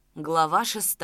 Глава 6.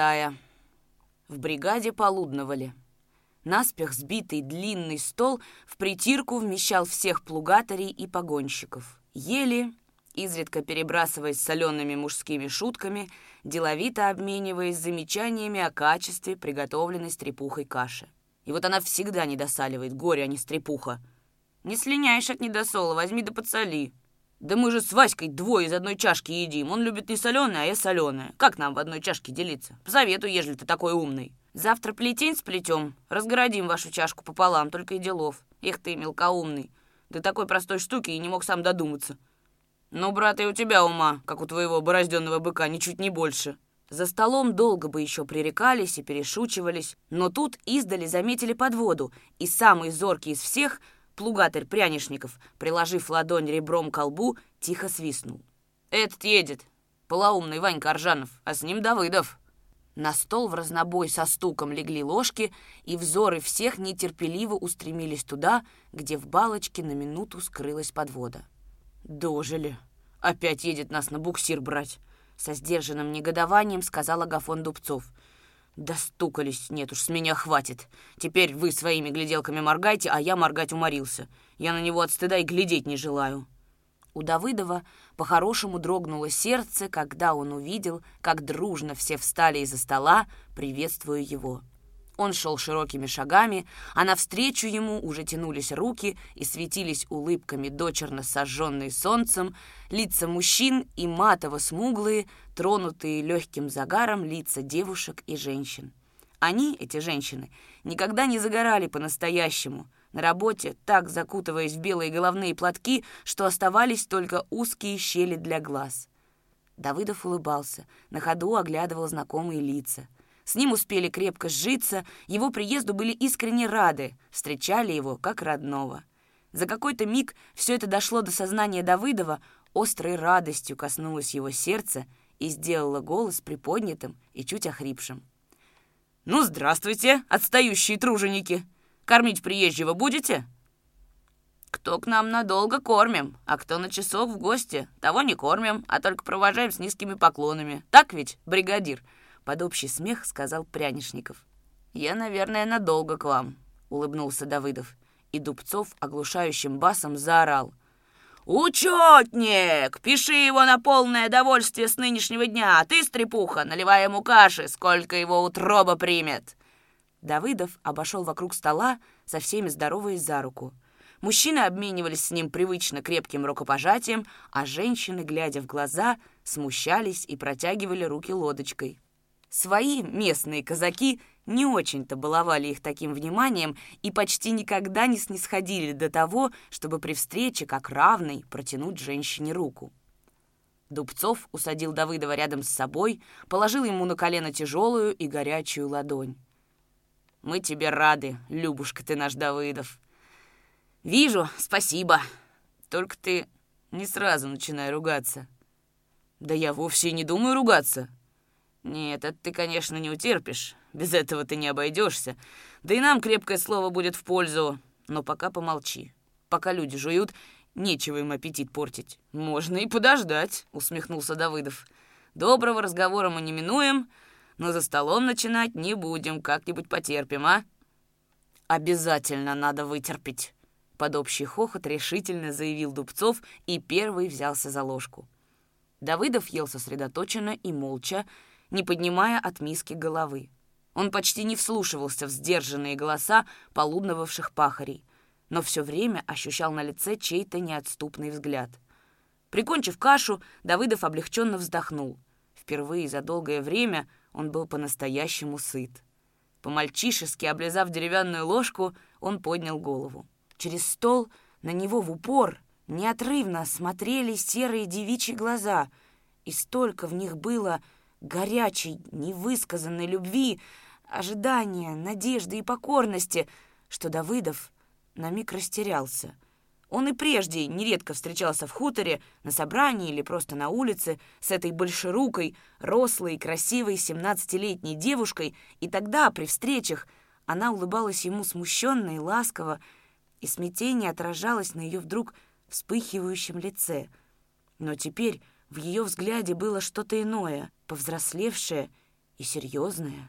В бригаде полудновали. Наспех сбитый длинный стол в притирку вмещал всех плугатарей и погонщиков. Ели, изредка перебрасываясь солеными мужскими шутками, деловито обмениваясь замечаниями о качестве приготовленной стрепухой каши. И вот она всегда недосаливает, горе, а не стрепуха. «Не слиняешь от недосола, возьми да подсоли». «Да мы же с Васькой двое из одной чашки едим. Он любит не соленое, а я соленое. Как нам в одной чашке делиться? Посоветуй, ежели ты такой умный. Завтра плетень сплетем, разгородим вашу чашку пополам, только и делов. Эх ты, мелкоумный. До такой простой штуки и не мог сам додуматься». «Ну, брат, и у тебя ума, как у твоего борозденного быка, ничуть не больше». За столом долго бы еще пререкались и перешучивались, но тут издали заметили подводу, и самый зоркий из всех — плугатарь Прянишников, приложив ладонь ребром к колбу, тихо свистнул. «Этот едет, полоумный Ванька Аржанов, а с ним Давыдов». На стол в разнобой со стуком легли ложки, и взоры всех нетерпеливо устремились туда, где в балочке на минуту скрылась подвода. «Дожили. Опять едет нас на буксир брать», — со сдержанным негодованием сказал Агафон Дубцов. «Достукались, нет уж, с меня хватит. Теперь вы своими гляделками моргайте, а я моргать уморился. Я на него от стыда и глядеть не желаю». У Давыдова по-хорошему дрогнуло сердце, когда он увидел, как дружно все встали из-за стола, приветствуя его. Он шел широкими шагами, а навстречу ему уже тянулись руки и светились улыбками дочерно сожженные солнцем лица мужчин и матово-смуглые, тронутые легким загаром лица девушек и женщин. Они, эти женщины, никогда не загорали по-настоящему, на работе так закутываясь в белые головные платки, что оставались только узкие щели для глаз. Давыдов улыбался, на ходу оглядывал знакомые лица. С ним успели крепко сжиться, его приезду были искренне рады, встречали его как родного. За какой-то миг все это дошло до сознания Давыдова, острой радостью коснулось его сердца и сделало голос приподнятым и чуть охрипшим. «Ну, здравствуйте, отстающие труженики! Кормить приезжего будете?» «Кто к нам надолго, кормим, а кто на часок в гости, того не кормим, а только провожаем с низкими поклонами. Так ведь, бригадир?» Под общий смех сказал Прянишников. «Я, наверное, надолго к вам», — улыбнулся Давыдов. И Дубцов оглушающим басом заорал. «Учетник! Пиши его на полное довольствие с нынешнего дня, а ты, стрепуха, наливай ему каши, сколько его утроба примет!» Давыдов обошел вокруг стола, со всеми здороваясь за руку. Мужчины обменивались с ним привычно крепким рукопожатием, а женщины, глядя в глаза, смущались и протягивали руки лодочкой. Свои местные казаки не очень-то баловали их таким вниманием и почти никогда не снисходили до того, чтобы при встрече, как равный, протянуть женщине руку. Дубцов усадил Давыдова рядом с собой, положил ему на колено тяжелую и горячую ладонь. «Мы тебе рады, Любушка ты наш Давыдов». «Вижу, спасибо. Только ты не сразу начинай ругаться». «Да я вовсе не думаю ругаться». «Нет, это ты, конечно, не утерпишь. Без этого ты не обойдешься. Да и нам крепкое слово будет в пользу. Но пока помолчи. Пока люди жуют, нечего им аппетит портить». «Можно и подождать», — усмехнулся Давыдов. «Доброго разговора мы не минуем, но за столом начинать не будем. Как-нибудь потерпим, а?» «Обязательно надо вытерпеть», — под общий хохот решительно заявил Дубцов и первый взялся за ложку. Давыдов ел сосредоточенно и молча, не поднимая от миски головы. Он почти не вслушивался в сдержанные голоса полудновавших пахарей, но все время ощущал на лице чей-то неотступный взгляд. Прикончив кашу, Давыдов облегченно вздохнул. Впервые за долгое время он был по-настоящему сыт. По-мальчишески облизав деревянную ложку, он поднял голову. Через стол на него в упор неотрывно смотрели серые девичьи глаза, и столько в них было горячей, невысказанной любви, ожидания, надежды и покорности, что Давыдов на миг растерялся. Он и прежде нередко встречался в хуторе, на собрании или просто на улице с этой большерукой, рослой, красивой 17-летней девушкой, и тогда, при встречах, она улыбалась ему смущенно и ласково, и смятение отражалось на ее вдруг вспыхивающем лице. Но теперь в ее взгляде было что-то иное — повзрослевшая и серьезная.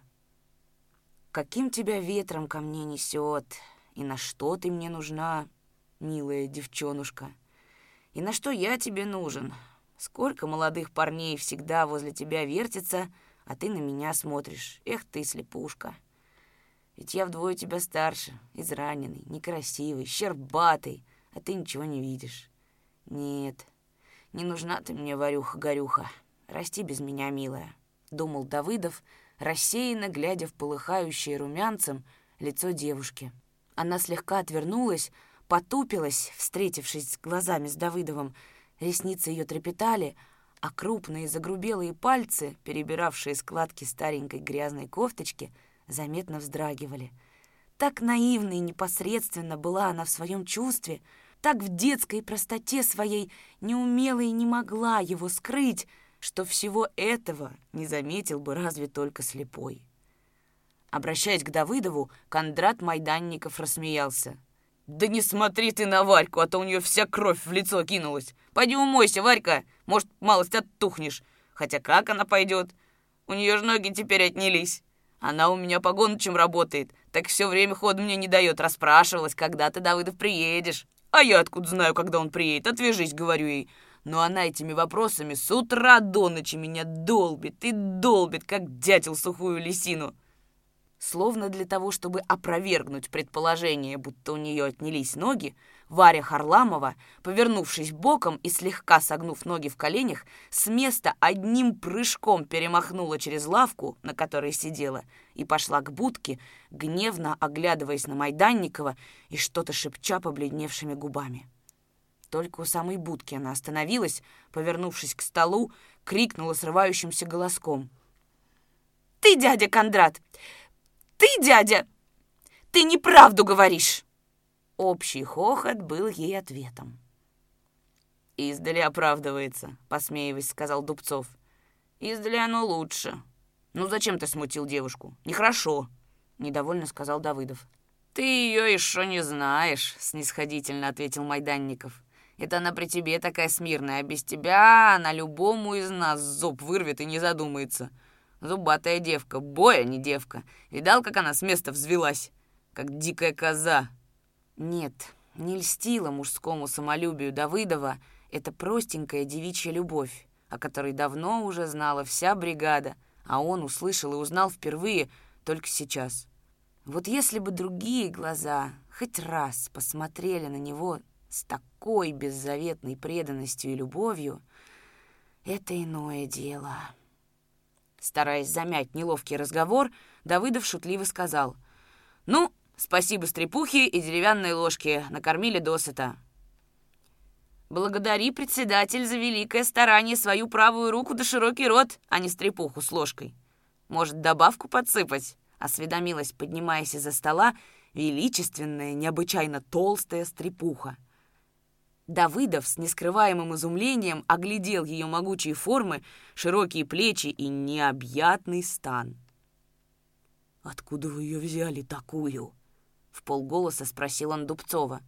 Каким тебя ветром ко мне несет, и на что ты мне нужна, милая девчонушка, и на что я тебе нужен? Сколько молодых парней всегда возле тебя вертится, а ты на меня смотришь. Эх ты, слепушка. Ведь я вдвое тебя старше, израненный, некрасивый, щербатый, а ты ничего не видишь. Нет, не нужна ты мне, Варюха-горюха. Расти без меня, милая, — думал Давыдов, рассеянно глядя в полыхающее румянцем лицо девушки. Она слегка отвернулась, потупилась, встретившись глазами с Давыдовым. Ресницы ее трепетали, а крупные загрубелые пальцы, перебиравшие складки старенькой грязной кофточки, заметно вздрагивали. Так наивна и непосредственно была она в своем чувстве, так в детской простоте своей не умела и не могла его скрыть, что всего этого не заметил бы разве только слепой. Обращаясь к Давыдову, Кондрат Майданников рассмеялся. «Да не смотри ты на Варьку, а то у нее вся кровь в лицо кинулась. Пойди умойся, Варька, может, малость оттухнешь. Хотя как она пойдет? У нее же ноги теперь отнялись. Она у меня по гоночам работает, так все время ходу мне не дает. Расспрашивалась, когда ты, Давыдов, приедешь. А я откуда знаю, когда он приедет? Отвяжись, говорю ей. Но она этими вопросами с утра до ночи меня долбит и долбит, как дятел сухую лисину». Словно для того, чтобы опровергнуть предположение, будто у нее отнялись ноги, Варя Харламова, повернувшись боком и слегка согнув ноги в коленях, с места одним прыжком перемахнула через лавку, на которой сидела, и пошла к будке, гневно оглядываясь на Майданникова и что-то шепча побледневшими губами. Только у самой будки она остановилась, повернувшись к столу, крикнула срывающимся голоском: «Ты, дядя Кондрат! Ты, дядя! Ты неправду говоришь!» Общий хохот был ей ответом. «Издали оправдывается», — посмеиваясь, сказал Дубцов. «Издали оно лучше. Ну зачем ты смутил девушку? Нехорошо», — недовольно сказал Давыдов. «Ты ее еще не знаешь», — снисходительно ответил Майданников. «Это она при тебе такая смирная, а без тебя она любому из нас зуб вырвет и не задумается. Зубатая девка, боя не девка. Видал, как она с места взвелась? Как дикая коза». Нет, не льстила мужскому самолюбию Давыдова эта простенькая девичья любовь, о которой давно уже знала вся бригада, а он услышал и узнал впервые только сейчас. Вот если бы другие глаза хоть раз посмотрели на него с такой беззаветной преданностью и любовью, это иное дело. Стараясь замять неловкий разговор, Давыдов шутливо сказал: «Ну, спасибо стрепухе и деревянной ложке, накормили досыта». «Благодари, председатель, за великое старание свою правую руку да широкий рот, а не стрепуху с ложкой. Может, добавку подсыпать?» — осведомилась, поднимаясь из-за стола, величественная, необычайно толстая стрепуха. Давыдов с нескрываемым изумлением оглядел ее могучие формы, широкие плечи и необъятный стан. «Откуда вы ее взяли такую?» — вполголоса спросил он Дубцова.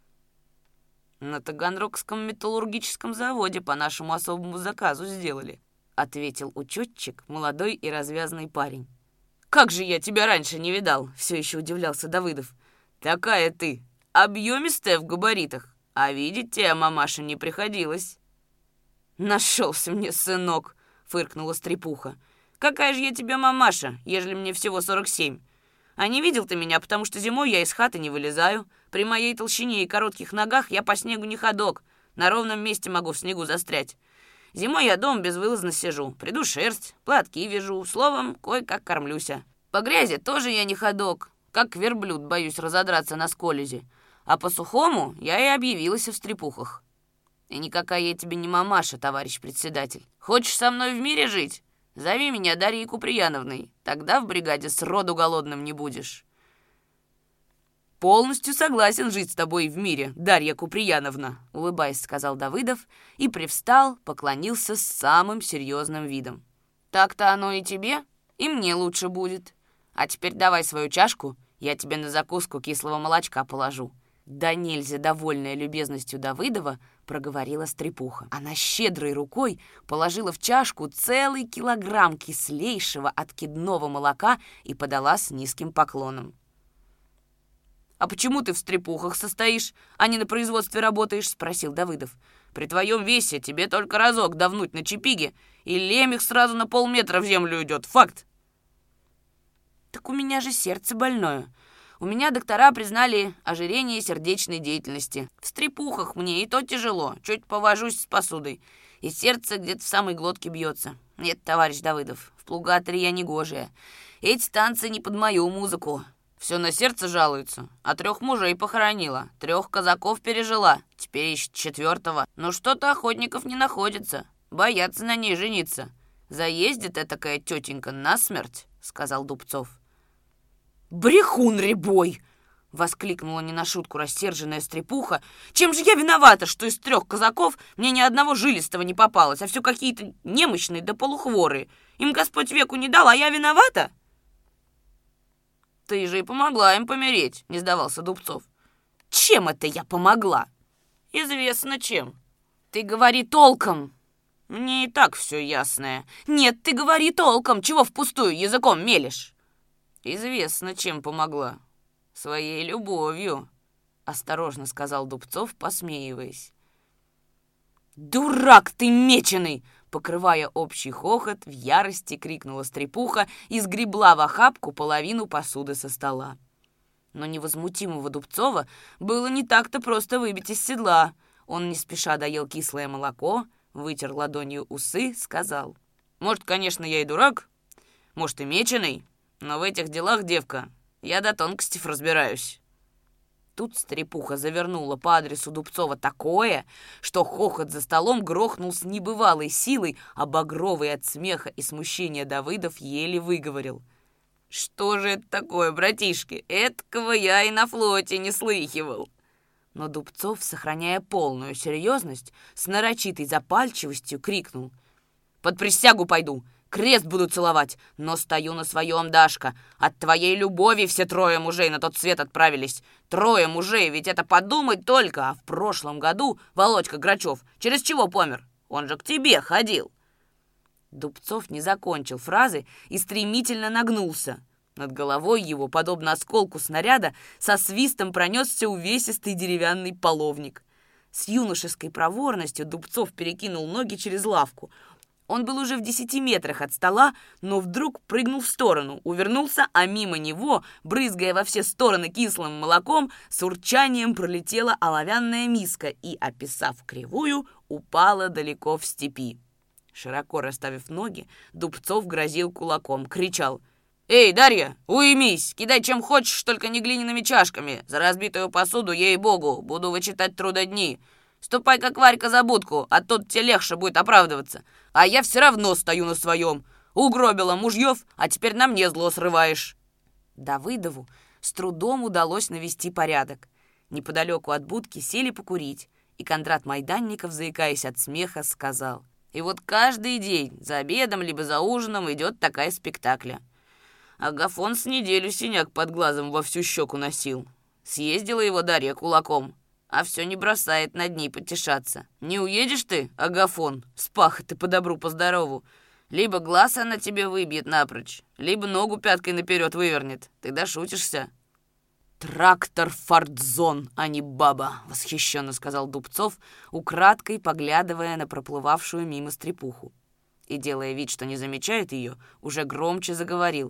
«На Таганрогском металлургическом заводе по нашему особому заказу сделали», — ответил учетчик, молодой и развязный парень. «Как же я тебя раньше не видал?» — все еще удивлялся Давыдов. «Такая ты, объемистая в габаритах. А видеть тебя, мамаша, не приходилось». «Нашелся мне сынок», — фыркнула стрепуха. «Какая же я тебе мамаша, ежели мне всего 47? А не видел ты меня, потому что зимой я из хаты не вылезаю. При моей толщине и коротких ногах я по снегу не ходок. На ровном месте могу в снегу застрять. Зимой я дома безвылазно сижу, приду шерсть, платки вяжу, словом, кое-как кормлюся. По грязи тоже я не ходок, как верблюд боюсь разодраться на сколезе. А по сухому я и объявилась в стрепухах. И никакая я тебе не мамаша, товарищ председатель. Хочешь со мной в мире жить? Зови меня Дарьей Куприяновной. Тогда в бригаде сроду голодным не будешь». «Полностью согласен жить с тобой в мире, Дарья Куприяновна», — улыбаясь, сказал Давыдов и привстал, поклонился с самым серьезным видом. «Так-то оно и тебе, и мне лучше будет. А теперь давай свою чашку, я тебе на закуску кислого молочка положу. Да нельзя довольная любезностью Давыдова, проговорила Стрепуха. Она щедрой рукой положила в чашку целый килограмм кислейшего откидного молока и подала с низким поклоном. «А почему ты в Стрепухах состоишь, а не на производстве работаешь?» — спросил Давыдов. «При твоем весе тебе только разок давнуть на чипиге, и лемех сразу на полметра в землю идет. Факт!» «Так у меня же сердце больное. У меня доктора признали ожирение сердечной деятельности. В Стрепухах мне и то тяжело, чуть повожусь с посудой, и сердце где-то в самой глотке бьется. Нет, товарищ Давыдов, в плугаторе я негожая. Эти танцы не под мою музыку. Все на сердце жалуется, а 3 мужей похоронила, 3 казаков пережила, теперь ищет 4-го. Но что-то охотников не находится, боятся на ней жениться. Заездит этакая тетенька насмерть», — сказал Дубцов. «Брехун рябой!» — воскликнула не на шутку рассерженная Стрепуха. «Чем же я виновата, что из 3 казаков мне ни одного жилистого не попалось, а все какие-то немощные да полухворые? Им Господь веку не дал, а я виновата?» «Ты же и помогла им помереть», — не сдавался Дубцов. «Чем это я помогла?» «Известно чем». «Ты говори толком». «Мне и так все ясное». «Нет, ты говори толком, чего впустую языком мелешь?» «Известно, чем помогла. Своей любовью», — осторожно сказал Дубцов, посмеиваясь. «Дурак ты меченый!» Покрывая общий хохот, в ярости крикнула Стрепуха и сгребла в охапку половину посуды со стола. Но невозмутимого Дубцова было не так-то просто выбить из седла. Он не спеша доел кислое молоко, вытер ладонью усы, сказал: «Может, конечно, я и дурак, может, и меченый, но в этих делах, девка, я до тонкостей разбираюсь». Тут Стрепуха завернула по адресу Дубцова такое, что хохот за столом грохнул с небывалой силой, а багровый от смеха и смущения Давыдов еле выговорил: «Что же это такое, братишки? Эткого я и на флоте не слыхивал». Но Дубцов, сохраняя полную серьезность, с нарочитой запальчивостью крикнул: «Под присягу пойду! Крест буду целовать, но стою на своем, Дашка. От твоей любови все 3 мужей на тот свет отправились. 3 мужей, ведь это подумать только. А в прошлом году Володька Грачев через чего помер? Он же к тебе ходил». Дубцов не закончил фразы и стремительно нагнулся. Над головой его, подобно осколку снаряда, со свистом пронесся увесистый деревянный половник. С юношеской проворностью Дубцов перекинул ноги через лавку. Он был уже в 10 метрах от стола, но вдруг прыгнул в сторону, увернулся, а мимо него, брызгая во все стороны кислым молоком, с урчанием пролетела оловянная миска и, описав кривую, упала далеко в степи. Широко расставив ноги, Дубцов грозил кулаком, кричал: «Эй, Дарья, уймись, кидай чем хочешь, только не глиняными чашками. За разбитую посуду, ей-богу, буду вычитать трудодни. Ступай, как Варька, за будку, а тут тебе легче будет оправдываться. А я все равно стою на своем. Угробила мужьев, а теперь на мне зло срываешь». Давыдову с трудом удалось навести порядок. Неподалеку от будки сели покурить, и Кондрат Майданников, заикаясь от смеха, сказал: «И вот каждый день за обедом либо за ужином идет такая спектакля. Агафон с неделю синяк под глазом во всю щеку носил. Съездила его Дарья кулаком, а все не бросает над ней потешаться. Не уедешь ты, Агафон, с пахоты по добру, по здорову. Либо глаз она тебе выбьет напрочь, либо ногу пяткой наперед вывернет. Ты дошутишься». «Трактор Фордзон, а не баба», — восхищенно сказал Дубцов, украдкой поглядывая на проплывавшую мимо Стрепуху. И, делая вид, что не замечает ее, уже громче заговорил: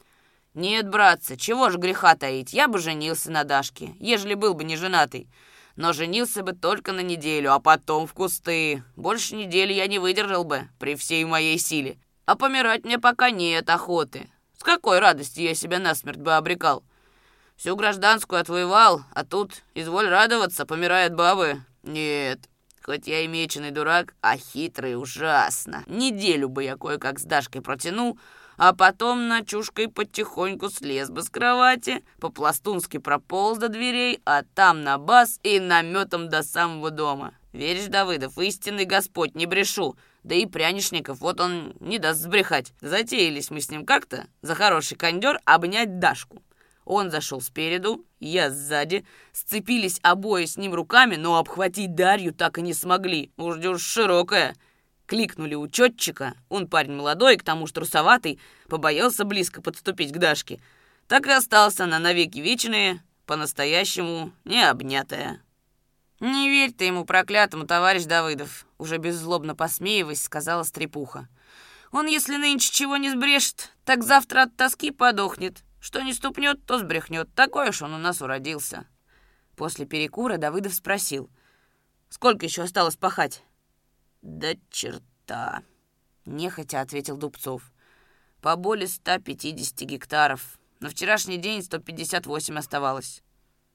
«Нет, братцы, чего ж греха таить, я бы женился на Дашке, ежели был бы не женатый. Но женился бы только на неделю, а потом в кусты. Больше недели я не выдержал бы при всей моей силе. А помирать мне пока нет охоты. С какой радостью я себя насмерть бы обрекал? Всю гражданскую отвоевал, а тут, изволь радоваться, помирают бабы. Нет, хоть я и меченый дурак, а хитрый ужасно. Неделю бы я кое-как с Дашкой протянул, а потом ночушкой потихоньку слез бы с кровати, по-пластунски прополз до дверей, а там на бас и наметом до самого дома. Веришь, Давыдов, истинный Господь, не брешу. Да и Прянишников, вот он не даст сбрехать. Затеялись мы с ним как-то за хороший кондер обнять Дашку. Он зашел спереду, я сзади. Сцепились обои с ним руками, но обхватить Дарью так и не смогли. Уж широкая. Кликнули учетчика. Он парень молодой, к тому же трусоватый, побоялся близко подступить к Дашке. Так и остался на навеки вечные, по-настоящему не обнятая. «Не верь ты ему, проклятому, товарищ Давыдов», уже беззлобно посмеиваясь, сказала Стрепуха. «Он, если нынче чего не сбрешет, так завтра от тоски подохнет. Что не ступнет, то сбрехнет. Такой уж он у нас уродился». После перекура Давыдов спросил: «Сколько еще осталось пахать?» «Да черта», — нехотя ответил Дубцов. «Поболее 150 гектаров. На вчерашний день 158 оставалось».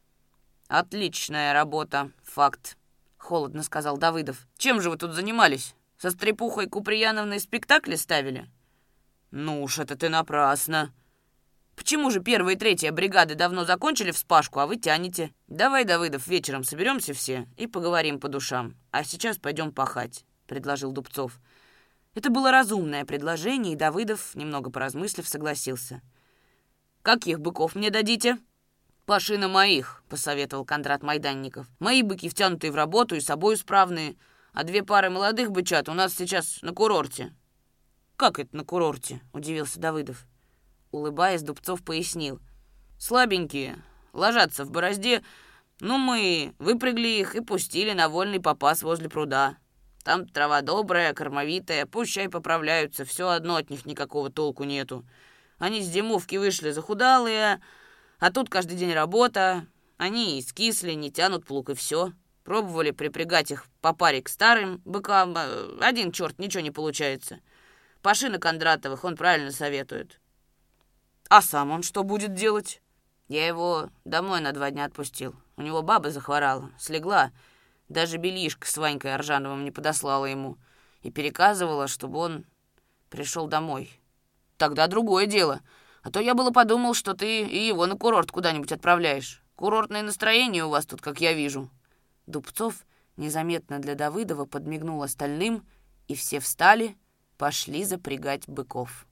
«Отличная работа, факт», — холодно сказал Давыдов. «Чем же вы тут занимались? Со Стрепухой Куприяновной спектакли ставили?» «Ну уж это ты напрасно. Почему же 1-я и 3-я бригады давно закончили вспашку, а вы тянете? Давай, Давыдов, вечером соберемся все и поговорим по душам. А сейчас пойдем пахать», — предложил Дубцов. Это было разумное предложение, и Давыдов, немного поразмыслив, согласился. «Каких быков мне дадите?» «Пашина моих», — посоветовал Кондрат Майданников. «Мои быки втянутые в работу и собой справные, а 2 пары молодых бычат у нас сейчас на курорте». «Как это на курорте?» — удивился Давыдов. Улыбаясь, Дубцов пояснил. «Слабенькие, ложатся в борозде, ну мы выпрягли их и пустили на вольный попас возле пруда. Там трава добрая, кормовитая, пущай поправляются, все одно от них никакого толку нету. Они с зимовки вышли захудалые, а тут каждый день работа. Они и скисли, не тянут плуг, и все. Пробовали припрягать их по паре к старым быкам. Один черт, ничего не получается. Пашина Кондратовых он правильно советует». «А сам он что будет делать?» «Я его домой на 2 дня отпустил. У него баба захворала, слегла. Даже бельишко с Ванькой Аржановым не подослала ему. И переказывала, чтобы он пришел домой. Тогда другое дело. А то я было подумал, что ты и его на курорт куда-нибудь отправляешь. Курортное настроение у вас тут, как я вижу». Дубцов незаметно для Давыдова подмигнул остальным, и все встали, пошли запрягать быков.